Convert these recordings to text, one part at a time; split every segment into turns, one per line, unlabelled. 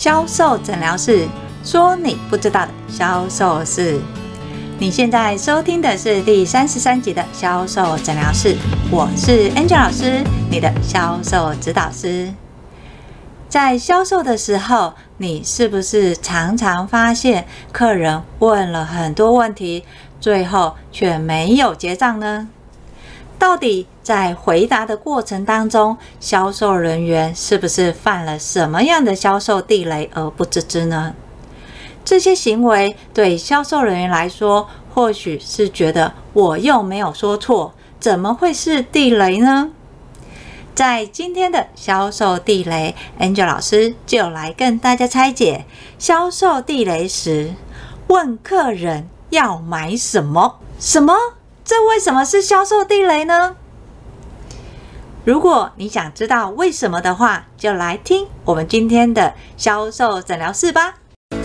销售诊疗室，说你不知道的销售事。你现在收听的是第33集的销售诊疗室，我是 Angel 老师，你的销售指导师。在销售的时候，你是不是常常发现客人问了很多问题，最后却没有结账呢？到底在回答的过程当中，销售人员是不是犯了什么样的销售地雷而不自知呢？这些行为对销售人员来说，或许是觉得我又没有说错，怎么会是地雷呢？在今天的销售地雷 ，Angel 老师就来跟大家拆解销售地雷时，问客人要买什么？什么？这为什么是销售地雷呢？如果你想知道为什么的话，就来听我们今天的销售诊疗室吧。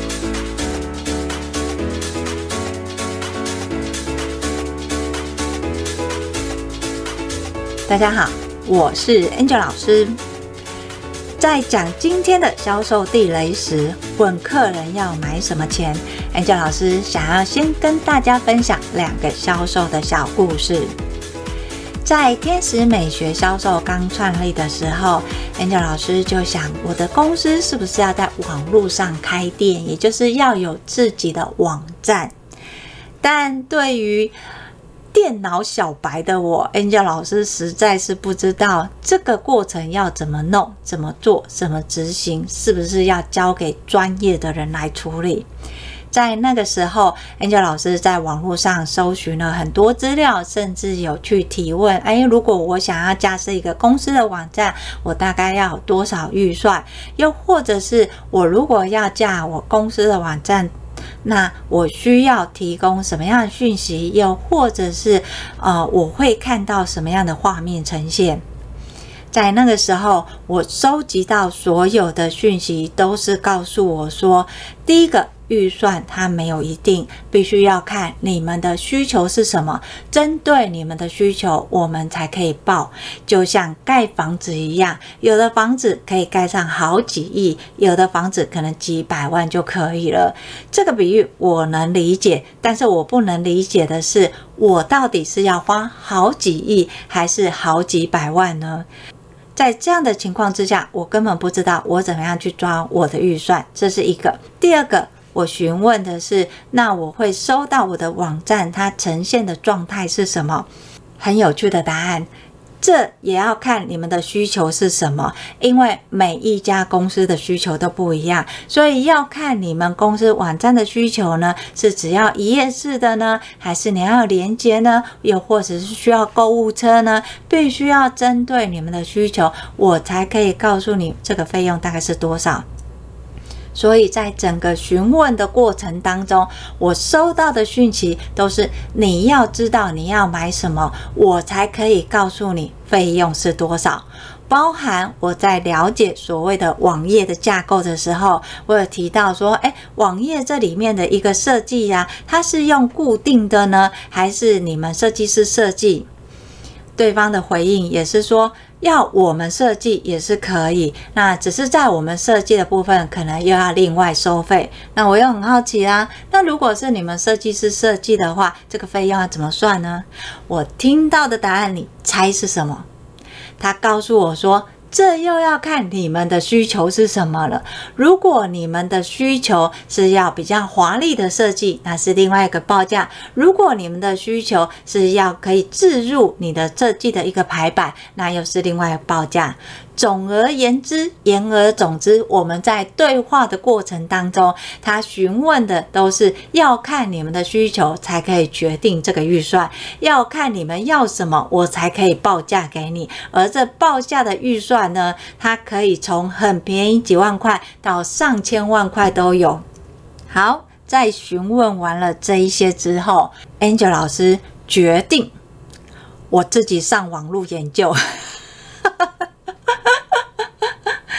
大家好，我是 Angel 老师。在讲今天的销售地雷时，问客人要买什么前， Angel 老师想要先跟大家分享2个销售的小故事。在天使美学销售刚创立的时候， Angel 老师就想，我的公司是不是要在网络上开店，也就是要有自己的网站。但对于电脑小白的我 Angel 老师实在是不知道这个过程要怎么弄、怎么做、怎么执行，是不是要交给专业的人来处理。在那个时候 Angel 老师在网络上搜寻了很多资料，甚至有去提问，如果我想要架设一个公司的网站，我大概要有多少预算？又或者是我如果要架我公司的网站，那我需要提供什么样的讯息？又或者是我会看到什么样的画面呈现？在那个时候，我收集到所有的讯息都是告诉我说，第一个，预算它没有一定，必须要看你们的需求是什么，针对你们的需求我们才可以报。就像盖房子一样，有的房子可以盖上好几亿，有的房子可能几百万就可以了。这个比喻我能理解，但是我不能理解的是，我到底是要花好几亿还是好几百万呢？在这样的情况之下，我根本不知道我怎么样去抓我的预算，这是一个。第二个，我询问的是，那我会收到我的网站它呈现的状态是什么？很有趣的答案，这也要看你们的需求是什么，因为每一家公司的需求都不一样，所以要看你们公司网站的需求呢，是只要一页式的呢，还是你要有连结呢，又或者是需要购物车呢？必须要针对你们的需求，我才可以告诉你这个费用大概是多少。所以在整个询问的过程当中，我收到的讯息都是你要知道你要买什么，我才可以告诉你费用是多少。包含我在了解所谓的网页的架构的时候，我有提到说，网页这里面的一个设计啊，它是用固定的呢，还是你们设计师设计？对方的回应也是说，要我们设计也是可以，那只是在我们设计的部分可能又要另外收费。那我又很好奇啦，那如果是你们设计师设计的话，这个费用要怎么算呢？我听到的答案，你猜是什么？他告诉我说，这又要看你们的需求是什么了。如果你们的需求是要比较华丽的设计，那是另外一个报价。如果你们的需求是要可以置入你的设计的一个排版，那又是另外一个报价。总而言之，言而总之，我们在对话的过程当中，他询问的都是要看你们的需求才可以决定这个预算，要看你们要什么，我才可以报价给你。而这报价的预算呢，它可以从很便宜几万块到上千万块都有。好，在询问完了这一些之后， Angel 老师决定我自己上网络研究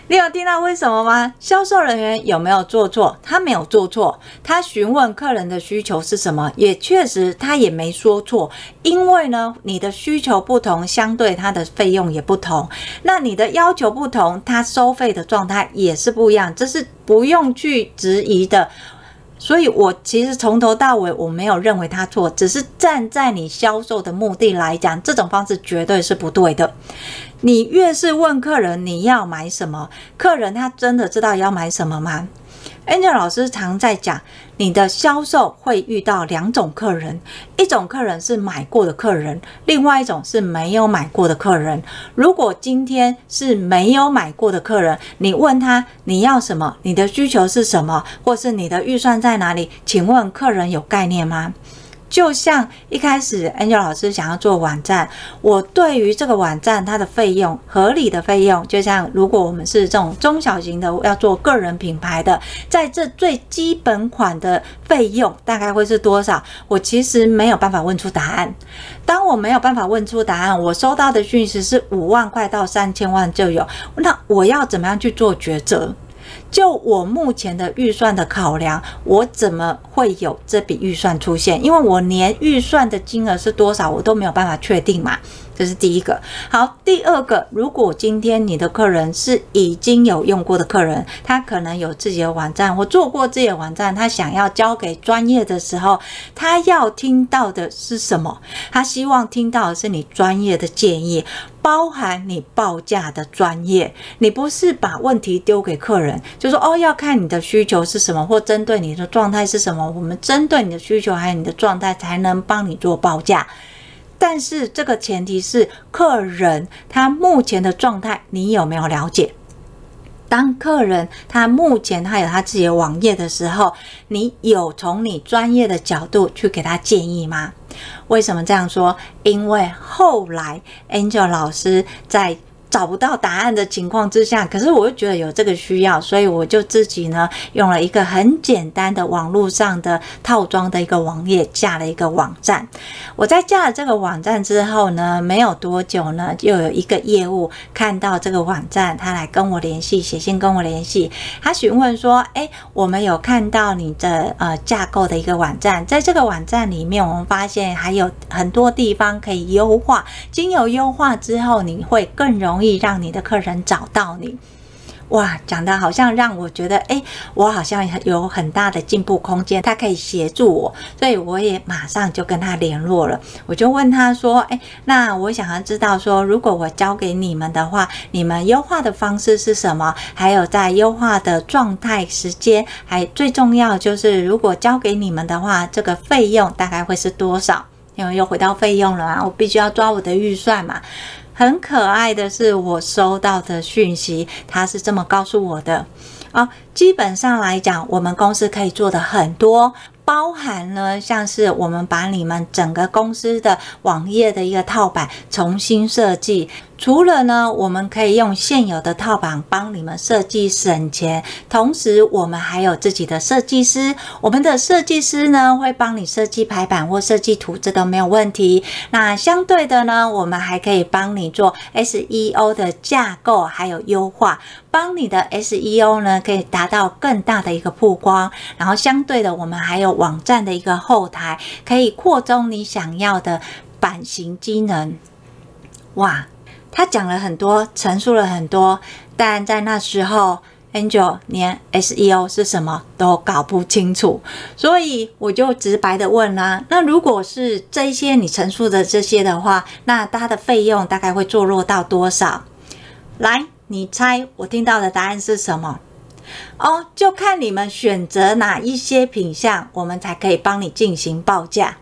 你有听到为什么吗？销售人员有没有做错？他没有做错，他询问客人的需求是什么，也确实他也没说错。因为呢，你的需求不同，相对他的费用也不同。那你的要求不同，他收费的状态也是不一样，这是不用去质疑的。所以我其实从头到尾我没有认为他错，只是站在你销售的目的来讲，这种方式绝对是不对的。你越是问客人你要买什么，客人他真的知道要买什么吗？Angel 老师常在讲，你的销售会遇到两种客人，一种客人是买过的客人，另外一种是没有买过的客人。如果今天是没有买过的客人，你问他你要什么，你的需求是什么，或是你的预算在哪里，请问客人有概念吗？就像一开始 Angel 老师想要做网站，我对于这个网站它的费用，合理的费用，就像如果我们是这种中小型的要做个人品牌的，在这最基本款的费用大概会是多少，我其实没有办法问出答案。当我没有办法问出答案，我收到的讯息是5万块到3000万就有，那我要怎么样去做抉择？就我目前的预算的考量，我怎么会有这笔预算出现？因为我连预算的金额是多少我都没有办法确定嘛，这是第一个。好，第二个，如果今天你的客人是已经有用过的客人，他可能有自己的网站或做过自己的网站，他想要交给专业的时候，他要听到的是什么？他希望听到的是你专业的建议，包含你报价的专业。你不是把问题丢给客人，就说要看你的需求是什么，或针对你的状态是什么，我们针对你的需求还有你的状态才能帮你做报价。但是这个前提是客人他目前的状态你有没有了解？当客人他目前他有他自己的网页的时候，你有从你专业的角度去给他建议吗？为什么这样说？因为后来 Angel 老师在找不到答案的情况之下，可是我又觉得有这个需要，所以我就自己呢用了一个很简单的网络上的套装的一个网页，架了一个网站。我在架了这个网站之后呢，没有多久呢，又有一个业务看到这个网站，他来跟我联系，写信跟我联系，他询问说，我们有看到你的架构的一个网站，在这个网站里面，我们发现还有很多地方可以优化，经由优化之后，你会更容易让你的客人找到你。哇，讲的好像让我觉得我好像有很大的进步空间，他可以协助我，所以我也马上就跟他联络了。我就问他说，那我想要知道说，如果我交给你们的话，你们优化的方式是什么？还有在优化的状态时间，还最重要就是如果交给你们的话，这个费用大概会是多少？因为又回到费用了嘛，我必须要抓我的预算嘛。很可爱的是，我收到的讯息，他是这么告诉我的基本上来讲，我们公司可以做的很多，包含了像是我们把你们整个公司的网页的一个套版重新设计。除了呢，我们可以用现有的套版帮你们设计省钱，同时我们还有自己的设计师，我们的设计师呢会帮你设计排版或设计图，这都没有问题。那相对的呢，我们还可以帮你做 SEO 的架构还有优化，帮你的 SEO 呢可以达到更大的一个曝光，然后相对的我们还有网站的一个后台，可以扩充你想要的版型机能。哇，他讲了很多，陈述了很多，但在那时候 Angel 连 SEO 是什么都搞不清楚，所以我就直白的问啦，那如果是这些你陈述的这些的话，那它的费用大概会坐落到多少？来，你猜我听到的答案是什么？就看你们选择哪一些品项，我们才可以帮你进行报价。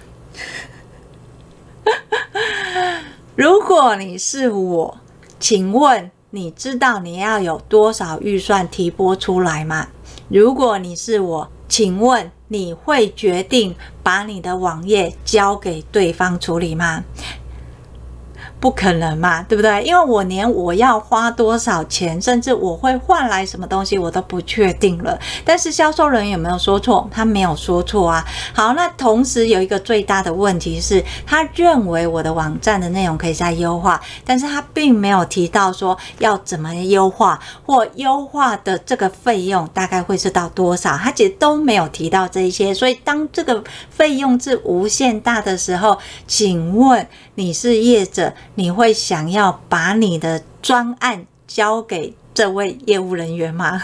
如果你是我，请问你知道你要有多少预算提拨出来吗？如果你是我，请问你会决定把你的网页交给对方处理吗？ 不可能嘛，对不对？因为我连我要花多少钱，甚至我会换来什么东西我都不确定了。但是销售人员有没有说错？他没有说错啊。好，那同时有一个最大的问题是，他认为我的网站的内容可以再优化，但是他并没有提到说要怎么优化，或优化的这个费用大概会是到多少，他其实都没有提到这一些。所以当这个费用是无限大的时候，请问你是业者，你会想要把你的专案交给这位业务人员吗？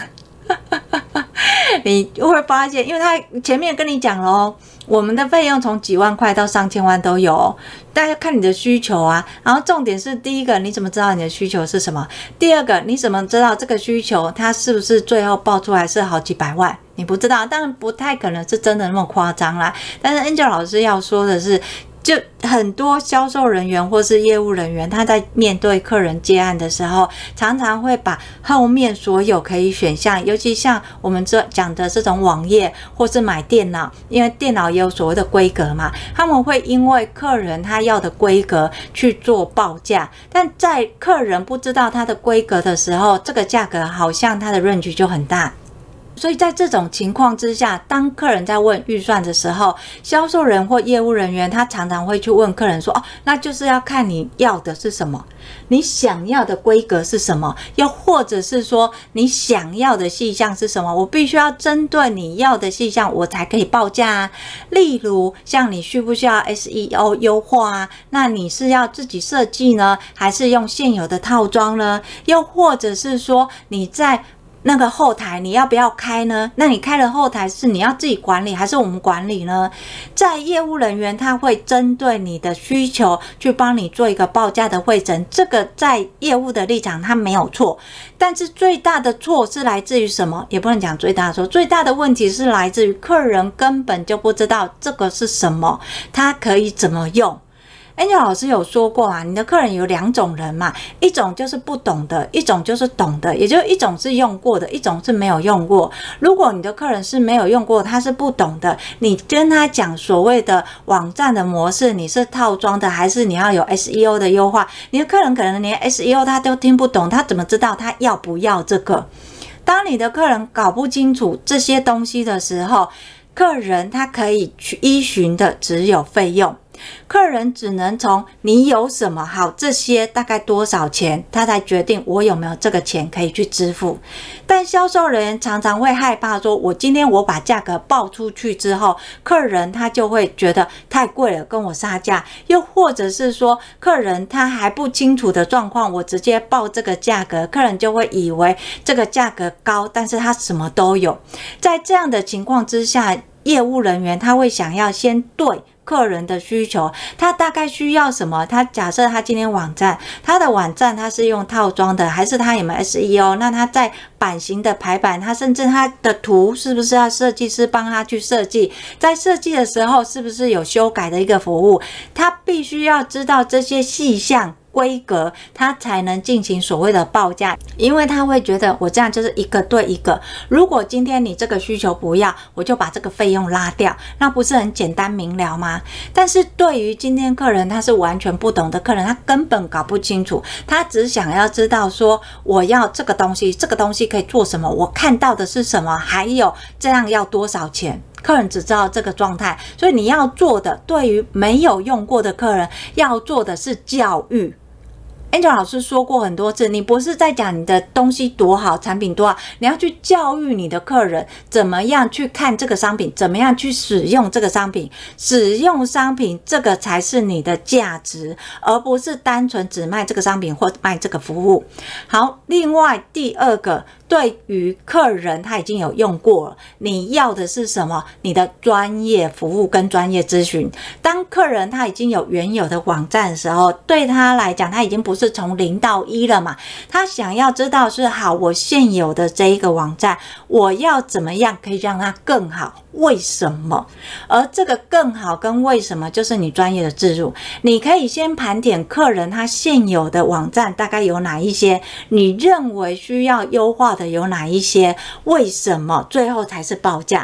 你会发现，因为他前面跟你讲了哦，我们的费用从几万块到上千万都有哦，大家看你的需求啊。然后重点是，第一个，你怎么知道你的需求是什么？第二个，你怎么知道这个需求它是不是最后报出来是好几百万？你不知道，当然不太可能是真的那么夸张啦。但是 Angel 老师要说的是，就很多销售人员或是业务人员，他在面对客人接案的时候，常常会把后面所有可以选项，尤其像我们讲的这种网页或是买电脑，因为电脑也有所谓的规格嘛，他们会因为客人他要的规格去做报价，但在客人不知道他的规格的时候，这个价格好像他的 range 就很大。所以在这种情况之下，当客人在问预算的时候，销售人或业务人员他常常会去问客人说，哦，那就是要看你要的是什么，你想要的规格是什么，又或者是说你想要的细项是什么，我必须要针对你要的细项我才可以报价啊。例如像你需不需要 SEO 优化啊，那你是要自己设计呢，还是用现有的套装呢？又或者是说你在那个后台你要不要开呢？那你开了后台是你要自己管理还是我们管理呢？在业务人员他会针对你的需求去帮你做一个报价的会诊，这个在业务的立场他没有错，但是最大的错是来自于什么？也不能讲最大的错，最大的问题是来自于客人根本就不知道这个是什么，他可以怎么用。Angel 老师有说过啊，你的客人有两种人嘛，一种就是不懂的，一种就是懂的，也就是一种是用过的，一种是没有用过。如果你的客人是没有用过，他是不懂的，你跟他讲所谓的网站的模式，你是套装的还是你要有 SEO 的优化，你的客人可能连 SEO 他都听不懂，他怎么知道他要不要这个？当你的客人搞不清楚这些东西的时候，客人他可以去依循的只有费用。客人只能从你有什么好，这些大概多少钱，他才决定我有没有这个钱可以去支付。但销售人员常常会害怕说，我今天我把价格报出去之后，客人他就会觉得太贵了，跟我杀价。又或者是说，客人他还不清楚的状况，我直接报这个价格，客人就会以为这个价格高，但是他什么都有。在这样的情况之下，业务人员他会想要先对客人的需求，他大概需要什么？他假设他今天网站，他的网站他是用套装的，还是他有没有 SEO？ 那他在版型的排版，他甚至他的图是不是要设计师帮他去设计？在设计的时候是不是有修改的一个服务？他必须要知道这些细项规格，他才能进行所谓的报价，因为他会觉得我这样就是一个对一个。如果今天你这个需求不要，我就把这个费用拉掉，那不是很简单明了吗？但是对于今天客人他是完全不懂的客人，他根本搞不清楚，他只想要知道说我要这个东西，这个东西可以做什么，我看到的是什么，还有这样要多少钱。客人只知道这个状态，所以你要做的，对于没有用过的客人要做的是教育。Angel 老师说过很多次，你不是在讲你的东西多好，产品多好，你要去教育你的客人怎么样去看这个商品，怎么样去使用这个商品。使用商品这个才是你的价值，而不是单纯只卖这个商品或卖这个服务。好，另外第二个，对于客人他已经有用过了，你要的是什么？你的专业服务跟专业咨询。当客人他已经有原有的网站的时候，对他来讲，他已经不是从0到1了嘛，他想要知道是好，我现有的这一个网站，我要怎么样可以让它更好？为什么？而这个更好跟为什么，就是你专业的置入。你可以先盘点客人他现有的网站大概有哪一些，你认为需要优化的有哪一些，为什么，最后才是报价。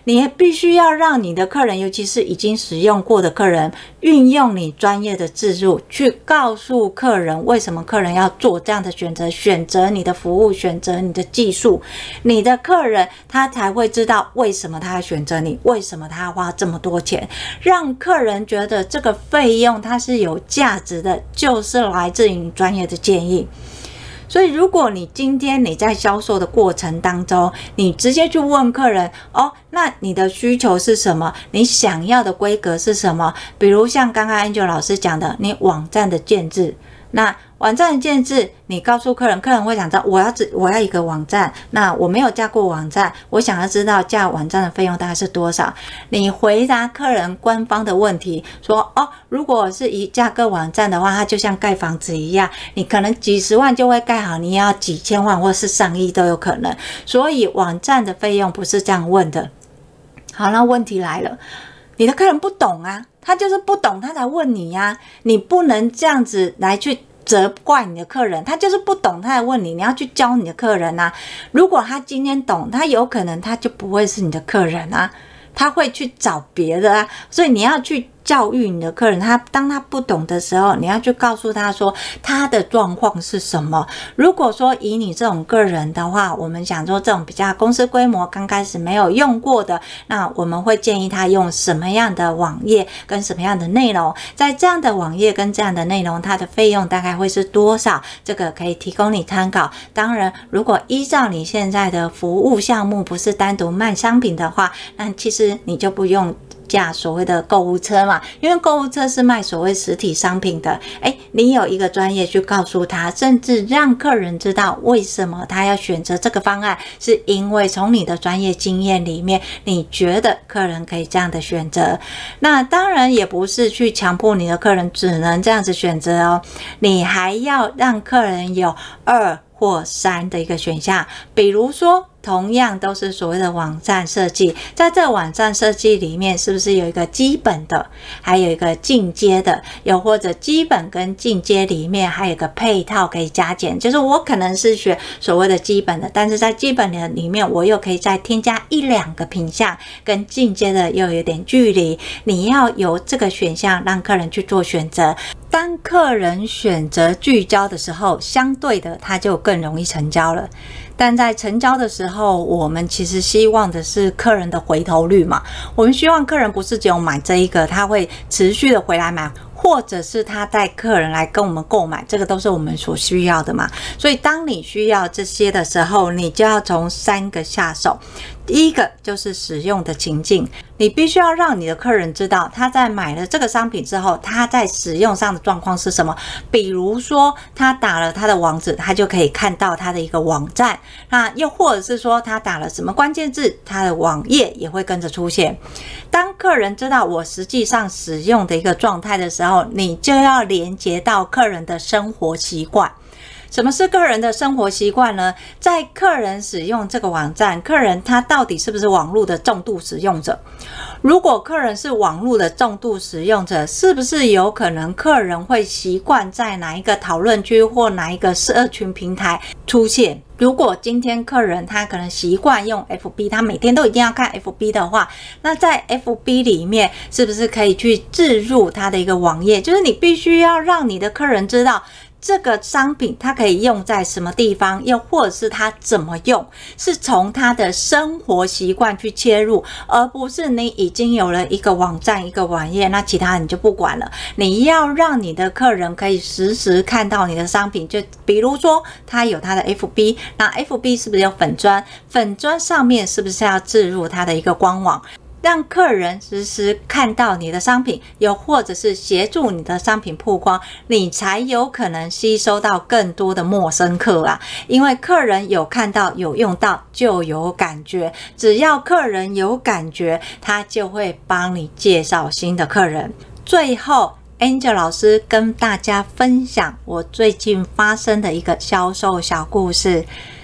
你也必须要让你的客人，尤其是已经使用过的客人，运用你专业的置入去告诉客人为什么客人要做这样的选择，选择你的服务，选择你的技术，你的客人他才会知道为什么他要选择你，为什么他要花这么多钱，让客人觉得这个费用它是有价值的，就是来自于你专业的建议。所以如果你今天你在销售的过程当中，你直接去问客人那你的需求是什么，你想要的规格是什么，比如像刚刚 Angel 老师讲的，你网站的建制，那网站的建制，你告诉客人，客人会想知道我要一个网站，那我没有架过网站，我想要知道架网站的费用大概是多少。你回答客人官方的问题，说如果是一架个网站的话，它就像盖房子一样，你可能几十万就会盖好，你也要几千万或是上亿都有可能。所以网站的费用不是这样问的。好，那问题来了，你的客人不懂啊，他就是不懂，他才问你啊，你不能这样子来去责怪你的客人，他就是不懂，他来问你，你要去教你的客人啊。如果他今天懂，他有可能他就不会是你的客人啊，他会去找别的啊。所以你要去教育你的客人，当他不懂的时候，你要去告诉他说他的状况是什么。如果说以你这种个人的话，我们想说这种比较公司规模刚开始没有用过的，那我们会建议他用什么样的网页跟什么样的内容，在这样的网页跟这样的内容，它的费用大概会是多少，这个可以提供你参考。当然如果依照你现在的服务项目不是单独卖商品的话，那其实你就不用架所谓的购物车嘛，因为购物车是卖所谓实体商品的。你有一个专业去告诉他，甚至让客人知道为什么他要选择这个方案，是因为从你的专业经验里面，你觉得客人可以这样的选择。那当然也不是去强迫你的客人只能这样子选择哦，你还要让客人有2或3的一个选项。比如说同样都是所谓的网站设计，在这网站设计里面是不是有一个基本的，还有一个进阶的，又或者基本跟进阶里面还有一个配套可以加减，就是我可能是学所谓的基本的，但是在基本的里面我又可以再添加1、2个品项，跟进阶的又有点距离，你要有这个选项让客人去做选择。当客人选择聚焦的时候，相对的他就更容易成交了。但在成交的时候，我们其实希望的是客人的回头率嘛，我们希望客人不是只有买这一个，他会持续的回来买，或者是他带客人来跟我们购买，这个都是我们所需要的嘛。所以当你需要这些的时候，你就要从3个下手。第一个就是使用的情境，你必须要让你的客人知道他在买了这个商品之后，他在使用上的状况是什么。比如说他打了他的网址，他就可以看到他的一个网站，那又或者是说他打了什么关键字，他的网页也会跟着出现。当客人知道我实际上使用的一个状态的时候，你就要连接到客人的生活习惯。什么是客人的生活习惯呢？在客人使用这个网站，客人他到底是不是网络的重度使用者？如果客人是网络的重度使用者，是不是有可能客人会习惯在哪一个讨论区或哪一个社群平台出现？如果今天客人他可能习惯用 FB， 他每天都一定要看 FB 的话，那在 FB 里面是不是可以去置入他的一个网页？就是你必须要让你的客人知道这个商品它可以用在什么地方，又或者是它怎么用，是从他的生活习惯去切入，而不是你已经有了一个网站一个网页，那其他你就不管了。你要让你的客人可以实时看到你的商品，就比如说他有他的 FB， 那 FB 是不是有粉专，粉专上面是不是要置入他的一个官网，让客人实时看到你的商品，又或者是协助你的商品曝光，你才有可能吸收到更多的陌生客啊。因为客人有看到有用到就有感觉，只要客人有感觉，他就会帮你介绍新的客人。最后Angel 老师跟大家分享我最近发生的一个销售小故事。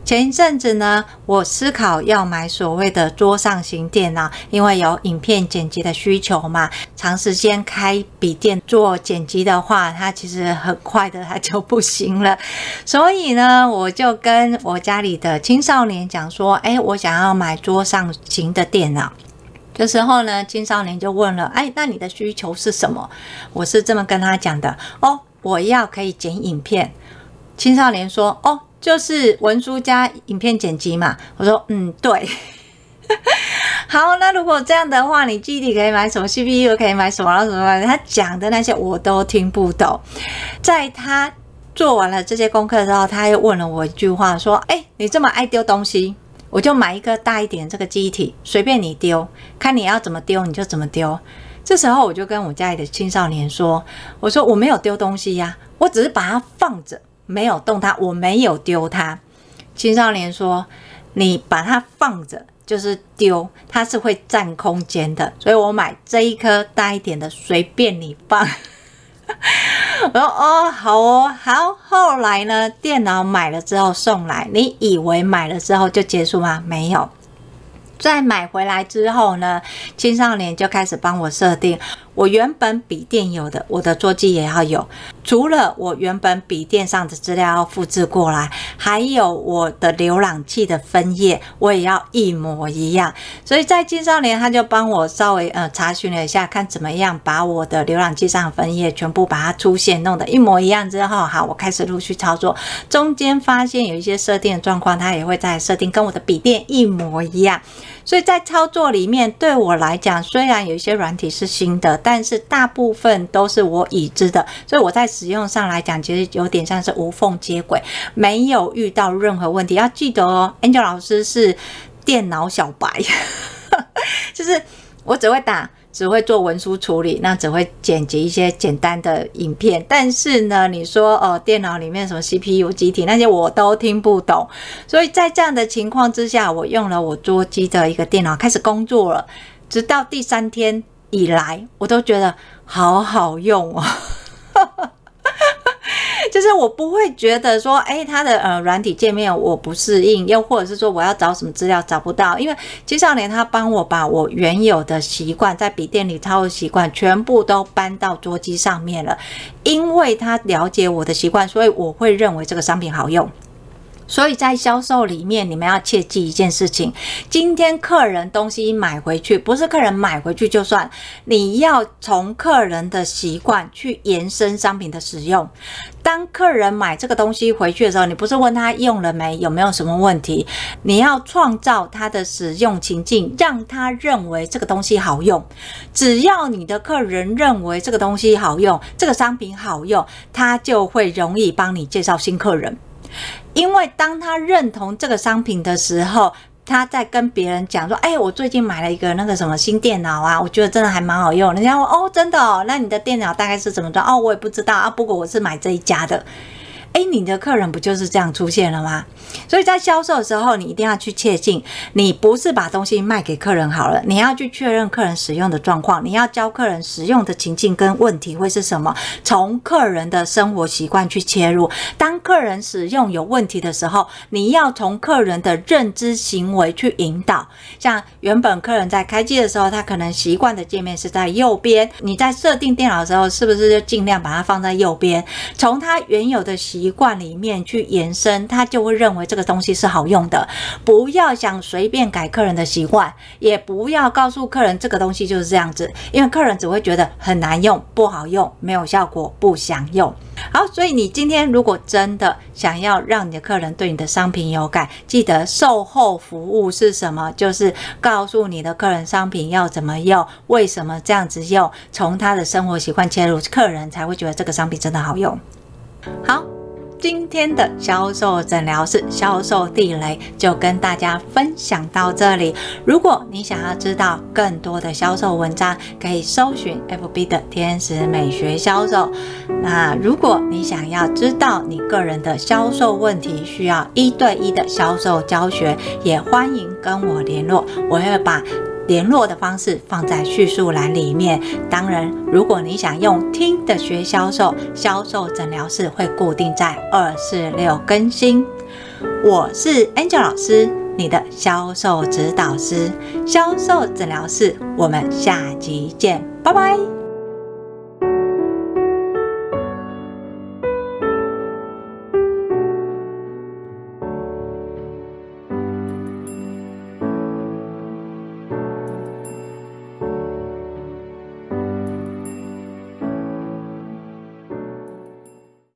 前一阵子呢，我思考要买所谓的桌上型电脑，因为有影片剪辑的需求嘛，长时间开笔电做剪辑的话，它其实很快的它就不行了。所以呢，我就跟我家里的青少年讲说，我想要买桌上型的电脑。这时候呢，青少年就问了，那你的需求是什么？我是这么跟他讲的，我要可以剪影片。青少年说，就是文书加影片剪辑嘛。我说，对。好，那如果这样的话，你记忆体可以买什么 CPU 可以买什么什么，他讲的那些我都听不懂。在他做完了这些功课之后，他又问了我一句话，说，你这么爱丢东西，我就买一个大一点这个记忆体，随便你丢，看你要怎么丢你就怎么丢。这时候我就跟我家里的青少年说，我说我没有丢东西呀，我只是把它放着，没有动它，我没有丢它。青少年说，你把它放着就是丢，它是会占空间的，所以我买这一颗大一点的，随便你放。我说好。后来呢，电脑买了之后送来，你以为买了之后就结束吗？没有。在买回来之后呢，青少年就开始帮我设定，我原本笔电有的，我的桌机也要有。除了我原本笔电上的资料要复制过来，还有我的浏览器的分页，我也要一模一样。所以在青少年他就帮我稍微查询了一下，看怎么样把我的浏览器上的分页全部把它出现弄得一模一样之后，好，我开始陆续操作。中间发现有一些设定的状况，它也会再设定跟我的笔电一模一样。所以在操作里面，对我来讲，虽然有一些软体是新的，但是大部分都是我已知的，所以我在使用上来讲，其实有点像是无缝接轨，没有遇到任何问题。要记得哦 ，Angel 老师是电脑小白，就是我只会做文书处理，那只会剪辑一些简单的影片。但是呢，你说电脑里面什么 CPU 机体那些我都听不懂。所以在这样的情况之下，我用了我桌机的一个电脑开始工作了。直到第3天以来，我都觉得好好用哦。就是我不会觉得说，它的软体界面我不适应，又或者是说我要找什么资料找不到，因为青少年他帮我把我原有的习惯在笔电里操作习惯全部都搬到桌机上面了，因为他了解我的习惯，所以我会认为这个商品好用。所以在销售里面，你们要切记一件事情，今天客人东西买回去，不是客人买回去就算，你要从客人的习惯去延伸商品的使用。当客人买这个东西回去的时候，你不是问他用了没，有没有什么问题，你要创造他的使用情境，让他认为这个东西好用。只要你的客人认为这个东西好用，这个商品好用，他就会容易帮你介绍新客人。因为当他认同这个商品的时候，他在跟别人讲说，我最近买了一个那个什么新电脑啊，我觉得真的还蛮好用。人家说，真的哦，那你的电脑大概是怎么着？我也不知道啊，不过我是买这一家的。你的客人不就是这样出现了吗？所以在销售的时候，你一定要去切记，你不是把东西卖给客人好了，你要去确认客人使用的状况，你要教客人使用的情境跟问题会是什么，从客人的生活习惯去切入。当客人使用有问题的时候，你要从客人的认知行为去引导。像原本客人在开机的时候，他可能习惯的界面是在右边，你在设定电脑的时候，是不是就尽量把它放在右边？从他原有的习惯里面去延伸，他就会认为这个东西是好用的。不要想随便改客人的习惯，也不要告诉客人这个东西就是这样子，因为客人只会觉得很难用、不好用、没有效果、不想用。好，所以你今天如果真的想要让你的客人对你的商品有感，记得售后服务是什么？就是告诉你的客人商品要怎么用，为什么这样子用，从他的生活习惯切入，客人才会觉得这个商品真的好用。好，今天的销售诊疗室销售地雷就跟大家分享到这里。如果你想要知道更多的销售文章，可以搜寻 FB 的天使美学销售。那如果你想要知道你个人的销售问题，需要1对1的销售教学，也欢迎跟我联络，我会把联络的方式放在叙述栏里面。当然，如果你想用听的学销售，销售诊疗室会固定在246更新。 我是 Angel 老师，你的销售指导师，销售诊疗室，我们下集见，拜拜。